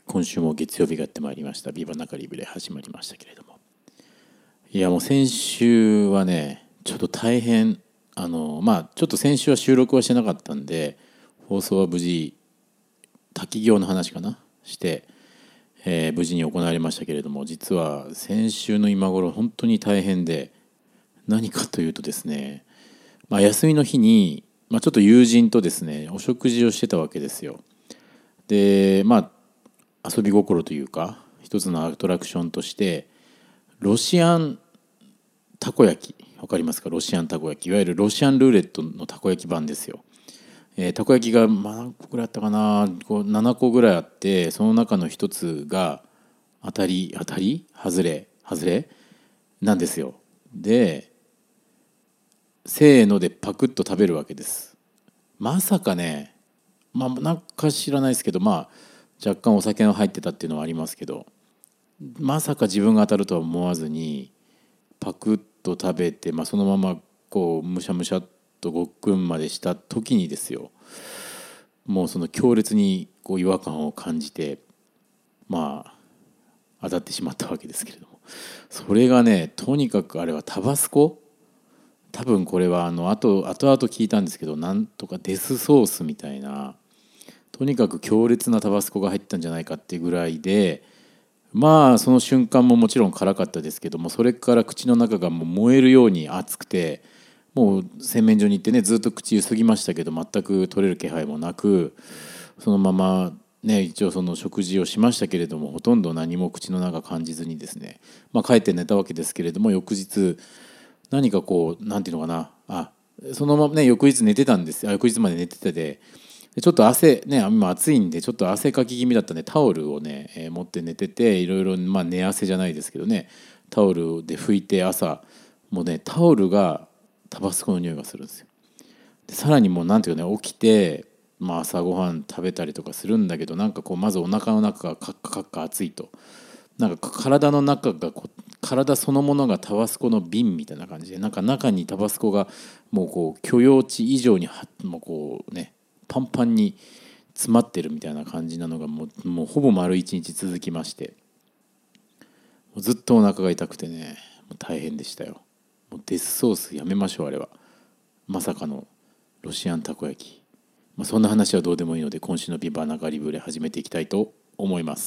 今週も月曜日がやってまいりました。ビバナカリブレ始まりましたけれども、いやもう先週はねちょっと大変ちょっと先週は収録はしてなかったんで、放送は無事滝行の話かなして、無事に行われましたけれども、実は先週の今頃本当に大変で、何かというとですね、休みの日に、ちょっと友人とですねお食事をしてたわけですよ。で遊び心というか一つのアトラクションとしてロシアンたこ焼き、わかりますか？ロシアンたこ焼き、いわゆるロシアンルーレットのたこ焼き版ですよ。たこ焼きが何個ぐらいあったかな、7個ぐらいあって、その中の一つが当たり外れなんですよ。でせーのでパクッと食べるわけです。まさかね、なんか知らないですけど、若干お酒の入ってたっていうのはありますけど、まさか自分が当たるとは思わずにパクッと食べて、そのままこうむしゃむしゃっとごっくんまでした時にですよ、もうその強烈にこう違和感を感じて当たってしまったわけですけれども、それがね、とにかくあれはタバスコ、多分これは後々聞いたんですけど、なんとかデスソースみたいな、とにかく強烈なタバスコが入ったんじゃないかっていうぐらいで、その瞬間ももちろん辛かったですけども、それから口の中がもう燃えるように熱くて、もう洗面所に行ってねずっと口ゆすぎましたけど、全く取れる気配もなく、そのままね一応その食事をしましたけれども、ほとんど何も口の中感じずにですね、帰って寝たわけですけれども、翌日何かこうなんていうのかな、そのままね翌日寝てたんです。翌日まで寝てて、ちょっと汗ね、今暑いんでちょっと汗かき気味だったんで、タオルをね、持って寝てて、いろいろ寝汗じゃないですけどね、タオルで拭いて、朝もうねタオルがタバスコの匂いがするんですよ。でさらにもうなんていうかね、起きて、朝ごはん食べたりとかするんだけど、なんかこうまずお腹の中がカッカカッカ熱いと、なんか体の中が体そのものがタバスコの瓶みたいな感じで、なんか中にタバスコがもうこう許容値以上にもうこうねパンパンに詰まってるみたいな感じなのがもうほぼ丸一日続きまして、もうずっとお腹が痛くてね、もう大変でしたよ。もうデスソースやめましょう、あれは。まさかのロシアンたこ焼き。そんな話はどうでもいいので、今週のビバナカリブレ始めていきたいと思います。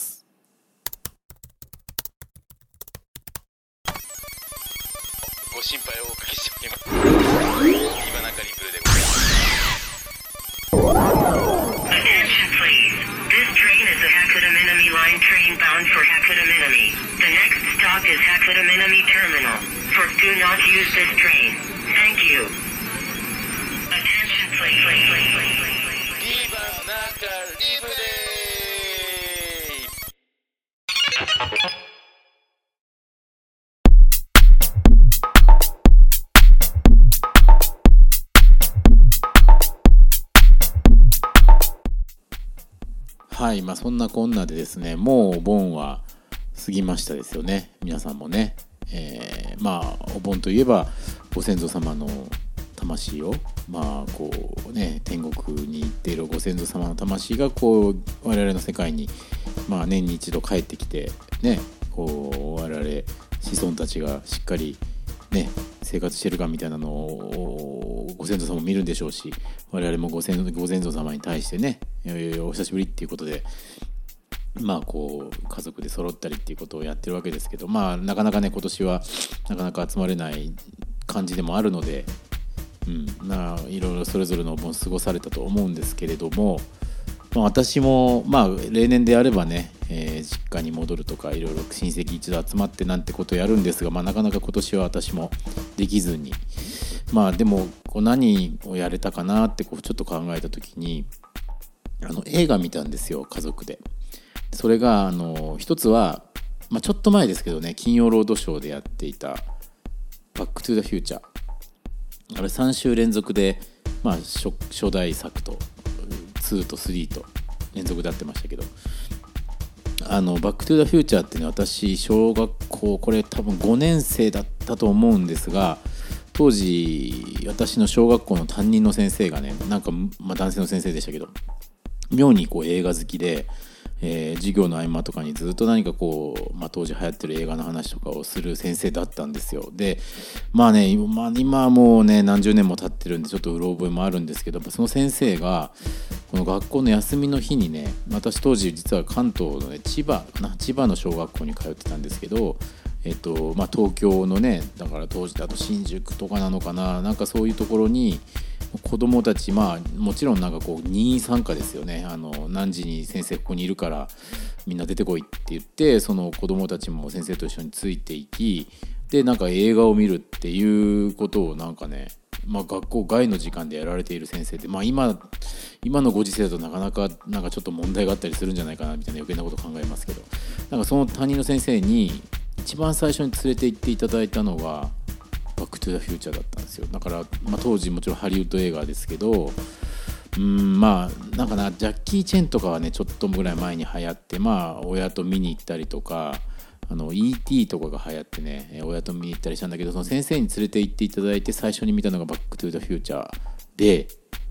ご心配をおかけしております。ビバナカリブレでございます。 Attention please. This train is a Hakata Minami Line train bound for Hakata Minami. The next stop is Hakata Minami Terminal. Do not use this train. Thank you. Attention please. ビバナカリブレ。はい、そんなこんなでですね、もうお盆は過ぎましたですよね、皆さんもね。お盆といえばご先祖様の魂をこうね、天国に行っているご先祖様の魂がこう我々の世界に年に一度帰ってきてね、こう我々子孫たちがしっかりね生活してるかみたいなのをご先祖様も見るんでしょうし、我々もご先祖様に対してね、お久しぶりっていうことでこう家族で揃ったりっていうことをやってるわけですけど、なかなかね今年はなかなか集まれない感じでもあるので、いろいろそれぞれのお盆過ごされたと思うんですけれども、私も例年であればね、実家に戻るとかいろいろ親戚一度集まってなんてことをやるんですが、なかなか今年は私もできずに、でも何をやれたかなってちょっと考えた時に映画見たんですよ、家族で。それが一つは、ちょっと前ですけどね、金曜ロードショーでやっていたバックトゥザフューチャー、あれ3週連続で、初代作と2と3と連続でやってましたけど、バックトゥザフューチャーってね、私小学校これ多分5年生だったと思うんですが、当時私の小学校の担任の先生がね、男性の先生でしたけど、妙に映画好きで、 授業の合間とかにずっと何かこう、当時流行ってる映画の話とかをする先生だったんですよ。で今はもうね何十年も経ってるんでちょっとうろ覚えもあるんですけど、その先生がこの学校の休みの日にね、私当時実は関東のね千葉の小学校に通ってたんですけど、東京のね、だから当時だと新宿とかなのかな、なんかそういうところに子どもたち、もちろんなんかこう任意参加ですよね。何時に先生ここにいるからみんな出てこいって言って、その子どもたちも先生と一緒についていき、でなんか映画を見るっていうことをなんかね、学校外の時間でやられている先生で、今のご時世だとなかなかなんかちょっと問題があったりするんじゃないかなみたいな余計なこと考えますけど、なんかその担任の先生に一番最初に連れて行っていただいたのがバックトゥザフューチャーだったんですよ。だから、当時もちろんハリウッド映画ですけど、なんかな、ジャッキー・チェンとかはねちょっとぐらい前に流行って、親と見に行ったりとか、E.T. とかが流行ってね、親と見に行ったりしたんだけど、その先生に連れて行っていただいて最初に見たのがバックトゥザフューチャーで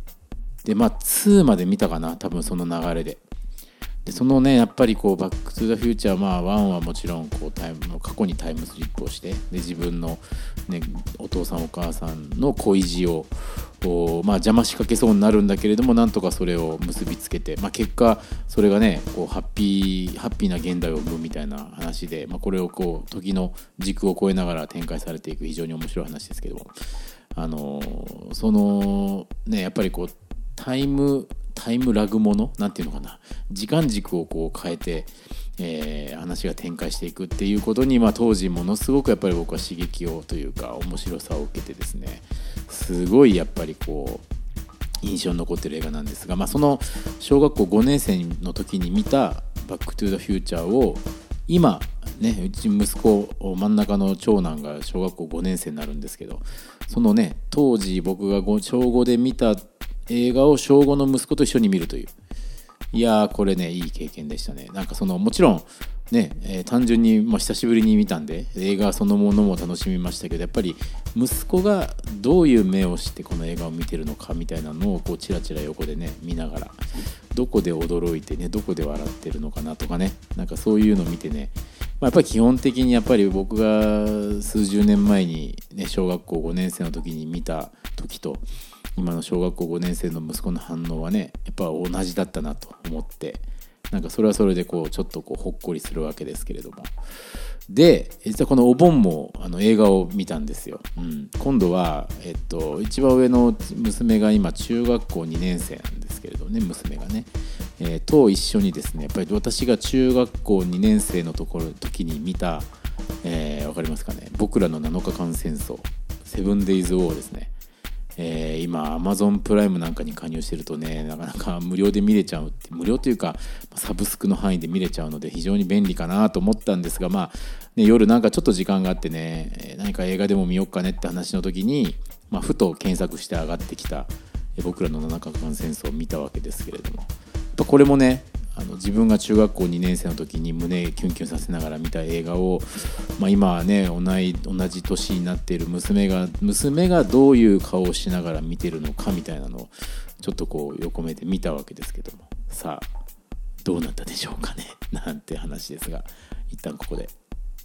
2まで見たかな、多分その流れで。でそのねやっぱりこうバック・トゥ・ザ・フューチャー、1はもちろんこう過去にタイムスリップをして、で自分の、ね、お父さんお母さんの恋路を邪魔しかけそうになるんだけれども、なんとかそれを結びつけて、結果それがねこうハッピーな現代を生むみたいな話で、これをこう時の軸を超えながら展開されていく非常に面白い話ですけども、そのねやっぱりこうタイムラグものなんていうのかな、時間軸をこう変えて、話が展開していくっていうことに、当時ものすごくやっぱり僕は刺激をというか面白さを受けてですね、すごいやっぱりこう印象に残ってる映画なんですが、その小学校5年生の時に見たバックトゥザフューチャーを今ね、うち息子真ん中の長男が小学校5年生になるんですけど、そのね当時僕が小5で見た映画を小5の息子と一緒に見るという、いやーこれねいい経験でしたね。なんかもちろんね、単純に久しぶりに見たんで映画そのものも楽しみましたけど、やっぱり息子がどういう目をしてこの映画を見てるのかみたいなのをこうチラチラ横でね見ながら、どこで驚いてねどこで笑ってるのかなとかね、なんかそういうのを見てね、やっぱり基本的にやっぱり僕が数十年前に、ね、小学校5年生の時に見た時と今の小学校5年生の息子の反応はねやっぱ同じだったなと思って、なんかそれはそれでこうちょっとこうほっこりするわけですけれども、で実はこのお盆も映画を見たんですよ、今度は、一番上の娘が今中学校2年生なんですけれどね、娘がね、と一緒にですね、やっぱり私が中学校2年生の時に見た、わかりますかね、僕らの7日間戦争セブンデイズウォーですね。今 Amazon プライムなんかに加入してるとねなかなか無料で見れちゃうって、無料というかサブスクの範囲で見れちゃうので非常に便利かなと思ったんですが、夜なんかちょっと時間があってね、何か映画でも見よっかねって話の時に、ふと検索して上がってきた僕らの7日間戦争を見たわけですけれども、やっぱこれもね自分が中学校2年生の時に胸キュンキュンさせながら見た映画を、今はね同じ年になっている娘がどういう顔をしながら見てるのかみたいなのをちょっとこう横目で見たわけですけども、さあどうなったでしょうかねなんて話ですが、一旦ここで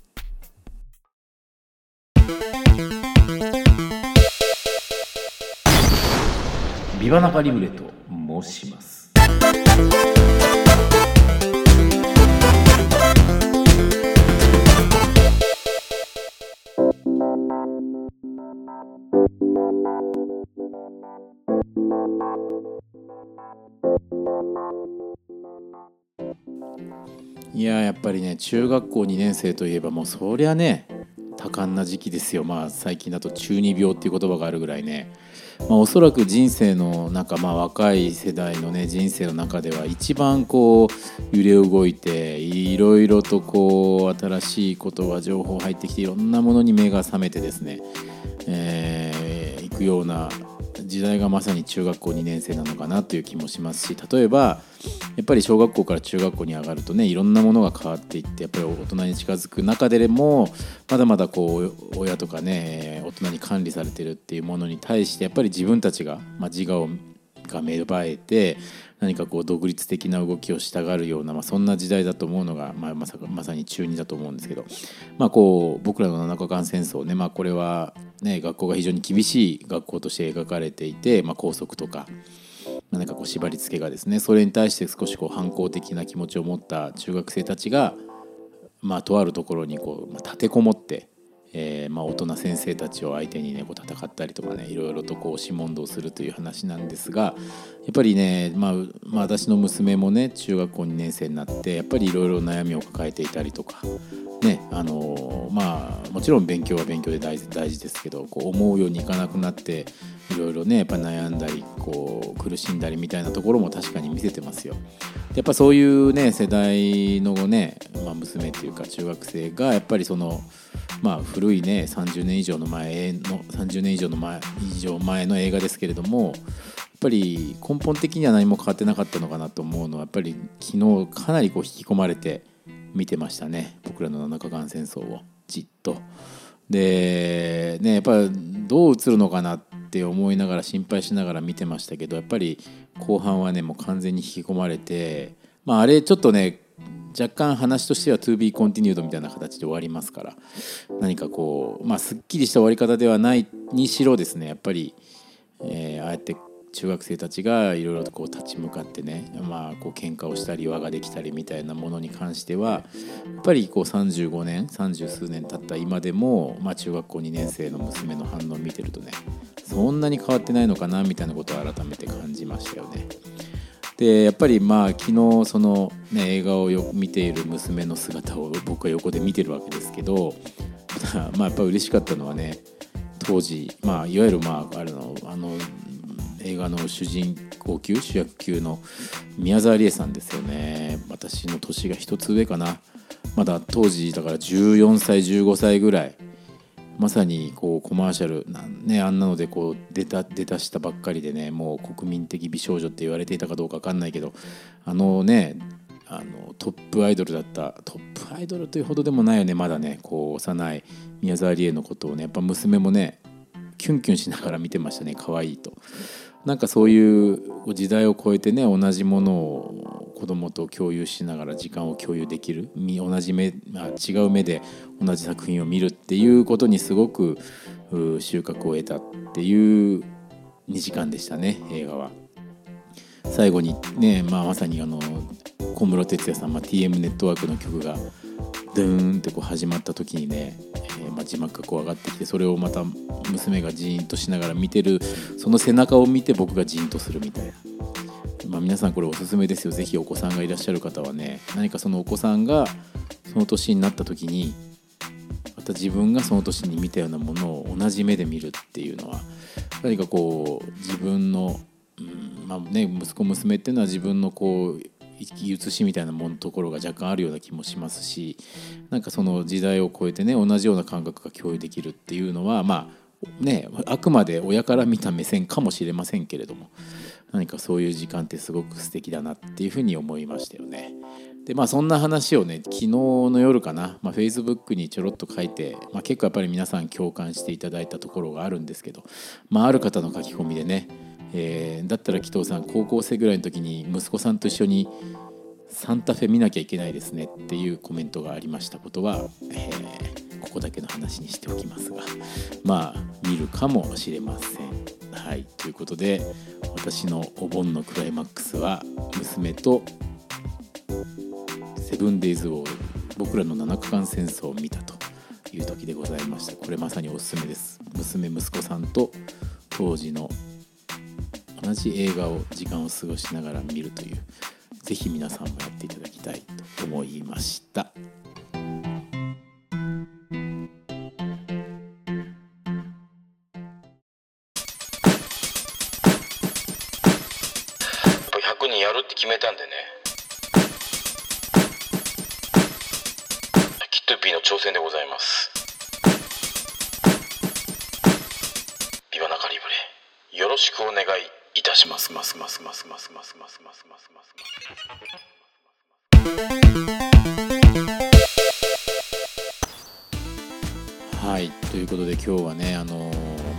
ビバナカリブレと申します。いややっぱりね中学校2年生といえばもうそりゃね多感な時期ですよ。最近だと中二病っていう言葉があるぐらいね、おそらく人生の中、若い世代のね人生の中では一番こう揺れ動いて、いろいろとこう新しい言葉情報入ってきて、いろんなものに目が覚めてですね、行くような時代がまさに中学校2年生なのかなという気もしますし、例えばやっぱり小学校から中学校に上がるとねいろんなものが変わっていって、やっぱり大人に近づく中でもまだまだこう親とかね大人に管理されてるっていうものに対してやっぱり自分たちが自我をが芽生えて何かこう独立的な動きをしたがるような、そんな時代だと思うのが、まさに中2だと思うんですけど、こう僕らの7日間戦争ね、これはね学校が非常に厳しい学校として描かれていて、校則とか何かこう縛り付けがですね、それに対して少しこう反抗的な気持ちを持った中学生たちが、とあるところにこう立てこもって、大人先生たちを相手にねこう戦ったりとかね、いろいろとこう押し問答するという話なんですが、やっぱりね、私の娘もね中学校2年生になってやっぱりいろいろ悩みを抱えていたりとかね、もちろん勉強は勉強で大事ですけど、こう思うようにいかなくなっていろいろねやっぱ悩んだりこう苦しんだりみたいなところも確かに見せてますよ。やっぱそういうね世代のね、娘っていうか中学生がやっぱりその古いね30年以上前の映画ですけれども、やっぱり根本的には何も変わってなかったのかなと思うのは、やっぱり昨日かなりこう引き込まれて見てましたね、僕らの7日間戦争をじっと。でね、やっぱりどう映るのかなって思いながら心配しながら見てましたけど、やっぱり後半はねもう完全に引き込まれて、あれちょっとね若干話としては To be continued みたいな形で終わりますから、何かこうすっきりした終わり方ではないにしろですね、やっぱり、ああやって中学生たちがいろいろとこう立ち向かってね、こう喧嘩をしたり輪ができたりみたいなものに関してはやっぱりこう30数年経った今でも、中学校2年生の娘の反応を見てるとね、そんなに変わってないのかなみたいなことを改めて感じましたよね。でやっぱり昨日その、映画を見ている娘の姿を僕は横で見てるわけですけど、やっぱ嬉しかったのはね、当時いわゆる映画の主役級の宮沢りえさんですよね。私の年が一つ上かな、まだ当時だから14歳15歳ぐらい、まさにこうコマーシャルあんなのでこう出したばっかりでね、もう国民的美少女って言われていたかどうか分かんないけど、トップアイドルだった、トップアイドルというほどでもないよね、まだねこう幼い宮沢りえのことをねやっぱ娘もねキュンキュンしながら見てましたね。可愛いと、なんかそういう時代を超えてね同じものを子供と共有しながら時間を共有できる、同じ目、違う目で同じ作品を見るっていうことにすごく収穫を得たっていう2時間でしたね、映画は。最後にね、まさに小室哲哉さん、TM ネットワークの曲がドゥーンってこう始まった時にね、字幕がこう上がってきて、それをまた娘がジーンとしながら見てる、その背中を見て僕がジーンとするみたいな。皆さんこれおすすめですよ。ぜひお子さんがいらっしゃる方はね、何かそのお子さんがその年になった時にまた自分がその年に見たようなものを同じ目で見るっていうのは、何かこう自分の、息子娘っていうのは自分のこう生き写しみたいなところが若干あるような気もしますし、なんかその時代を超えてね同じような感覚が共有できるっていうのはあくまで親から見た目線かもしれませんけれども、何かそういう時間ってすごく素敵だなっていうふうに思いましたよね。でそんな話をね昨日の夜かな、Facebook にちょろっと書いて、結構やっぱり皆さん共感していただいたところがあるんですけど、ある方の書き込みでね、だったら紀藤さん高校生ぐらいの時に息子さんと一緒にサンタフェ見なきゃいけないですねっていうコメントがありましたことは、ここだけの話にしておきますが、見るかもしれません。はい、ということで私のお盆のクライマックスは娘とセブンデイズ・ウォール、僕らの7日間戦争を見たという時でございました。これまさにおすすめです。息子さんと当時の同じ映画を時間を過ごしながら見るという、ぜひ皆さんもやっていただきたいと思いました。 100人やるって決めたんでね、キットピーの挑戦でございます。ビバナカリブレよろしくお願いいたします。 はい、ということで今日はね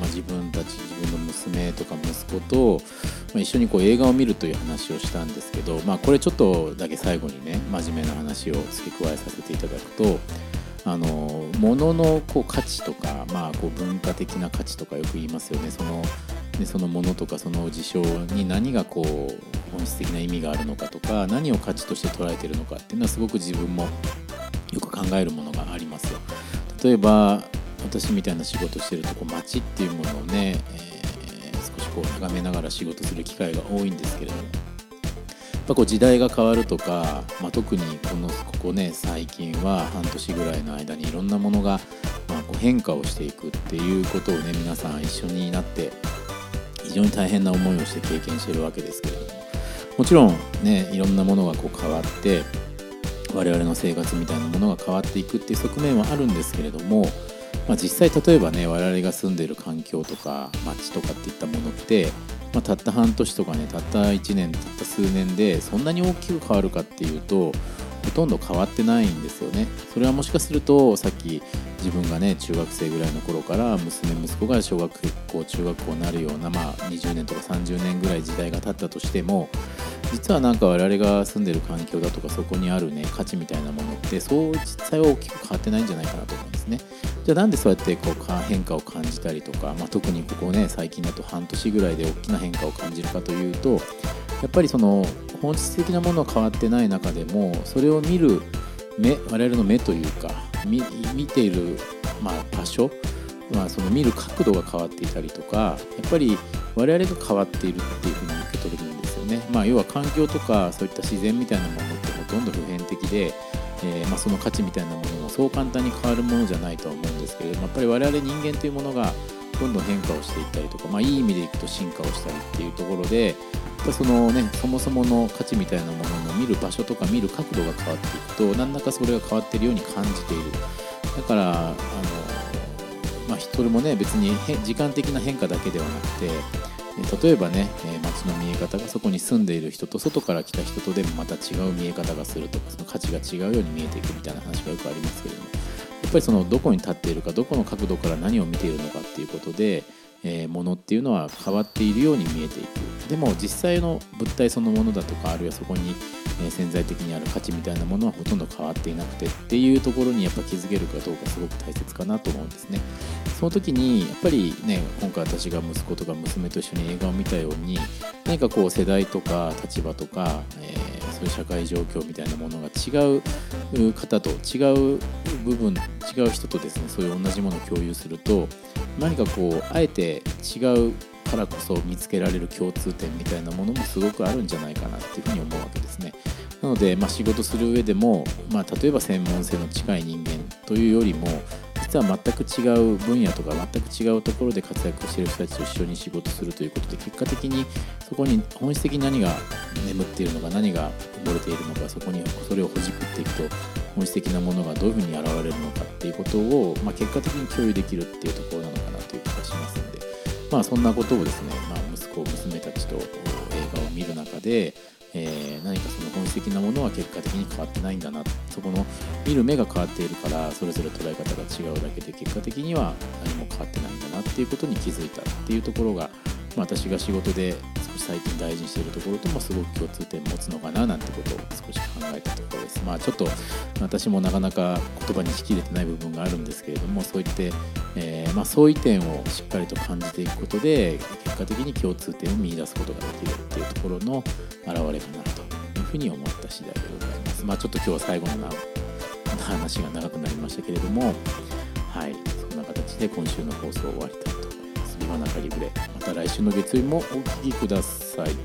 自分の娘とか息子と、一緒に映画を見るという話をしたんですけど、これちょっとだけ最後にね真面目な話を付け加えさせていただくと、物の価値とか、文化的な価値とかよく言いますよね。そのものとかその事象に何が本質的な意味があるのかとか、何を価値として捉えているのかっていうのはすごく自分もよく考えるものがありますよ。例えば私みたいな仕事してると街っていうものをね、少し眺めながら仕事する機会が多いんですけれども、やっぱ時代が変わるとか、特にここね最近は半年ぐらいの間にいろんなものが変化をしていくっていうことをね、皆さん一緒になって非常に大変な思いをして経験しているわけですけれども、もちろんねいろんなものが変わって我々の生活みたいなものが変わっていくっていう側面はあるんですけれども、実際例えばね我々が住んでいる環境とか街とかっていったものって、たった半年とかね、たった1年たった数年でそんなに大きく変わるかっていうとほとんど変わってないんですよね。それはもしかするとさっき自分がね中学生ぐらいの頃から娘息子が小学校中学校になるような、20年とか30年ぐらい時代が経ったとしても、実は我々が住んでる環境だとかそこにあるね価値みたいなものってそう実際は大きく変わってないんじゃないかなと思うんですね。じゃあなんでそうやって変化を感じたりとか、特にここね最近だと半年ぐらいで大きな変化を感じるかというと、やっぱりその本質的なものは変わってない中でも、それを見る目、我々の目というか見ている場所、その見る角度が変わっていたりとか、やっぱり我々が変わっているっていうふうに受け取れるんですよね。要は環境とかそういった自然みたいなものってほとんど普遍的で、その価値みたいなものもそう簡単に変わるものじゃないとは思うんですけれども、やっぱり我々人間というものがどんどん変化をしていったりとか、いい意味でいくと進化をしたりっていうところで、そのねそもそもの価値みたいなものの見る場所とか見る角度が変わっていくと、何らかそれが変わっているように感じている。だからそれもね別に時間的な変化だけではなくて、例えばね街の見え方がそこに住んでいる人と外から来た人とでもまた違う見え方がするとか、その価値が違うように見えていくみたいな話がよくありますけれども、やっぱりそのどこに立っているか、どこの角度から何を見ているのかっていうことで、ものっていうのは変わっているように見えていく。でも実際の物体そのものだとか、あるいはそこに潜在的にある価値みたいなものはほとんど変わっていなくてっていうところにやっぱ気づけるかどうかすごく大切かなと思うんですね。その時にやっぱりね、今回私が息子とか娘と一緒に映画を見たように、何か世代とか立場とか、そういう社会状況みたいなものが違う方と違う部分、違う人とですね、そういう同じものを共有すると、何かあえて違うからこそ見つけられる共通点みたいなものもすごくあるんじゃないかなっていうふうに思うわけですね。なので、仕事する上でも、例えば専門性の近い人間というよりも、実は全く違う分野とか全く違うところで活躍している人たちと一緒に仕事するということで、結果的にそこに本質的に何が眠っているのか、何が埋もれているのか、それをほじくっていくと本質的なものがどういうふうに現れるのかっていうことを、結果的に共有できるっていうところなのかなという気がしますので、そんなことをですね、息子娘たちと映画を見る中で、何かその本質的なものは結果的に変わってないんだな、そこの見る目が変わっているからそれぞれ捉え方が違うだけで結果的には何も変わってないんだなっていうことに気づいたっていうところが、私が仕事で少し最近大事にしているところともすごく共通点を持つのかななんてことを少し考えたところです。ちょっと私もなかなか言葉にしきれてない部分があるんですけれども、そういって、相違点をしっかりと感じていくことで結果的に共通点を見出すことができるっていうところの表れかなというふうに思った次第でございます。ちょっと今日は最後の話が長くなりましたけれども、そんな形で今週の放送を終わりたいと思います。ビバナカリブレ、また来週の月曜日もお聞きください。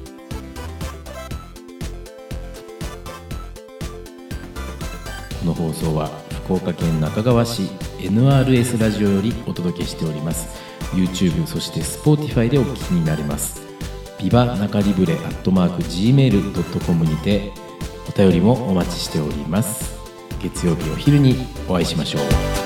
この放送は福岡県那珂川市 NRS ラジオよりお届けしております。 YouTube そして Spotify でお聞きになれます。ビバナカリブレ@gmail.com にてお便りもお待ちしております。月曜日お昼にお会いしましょう。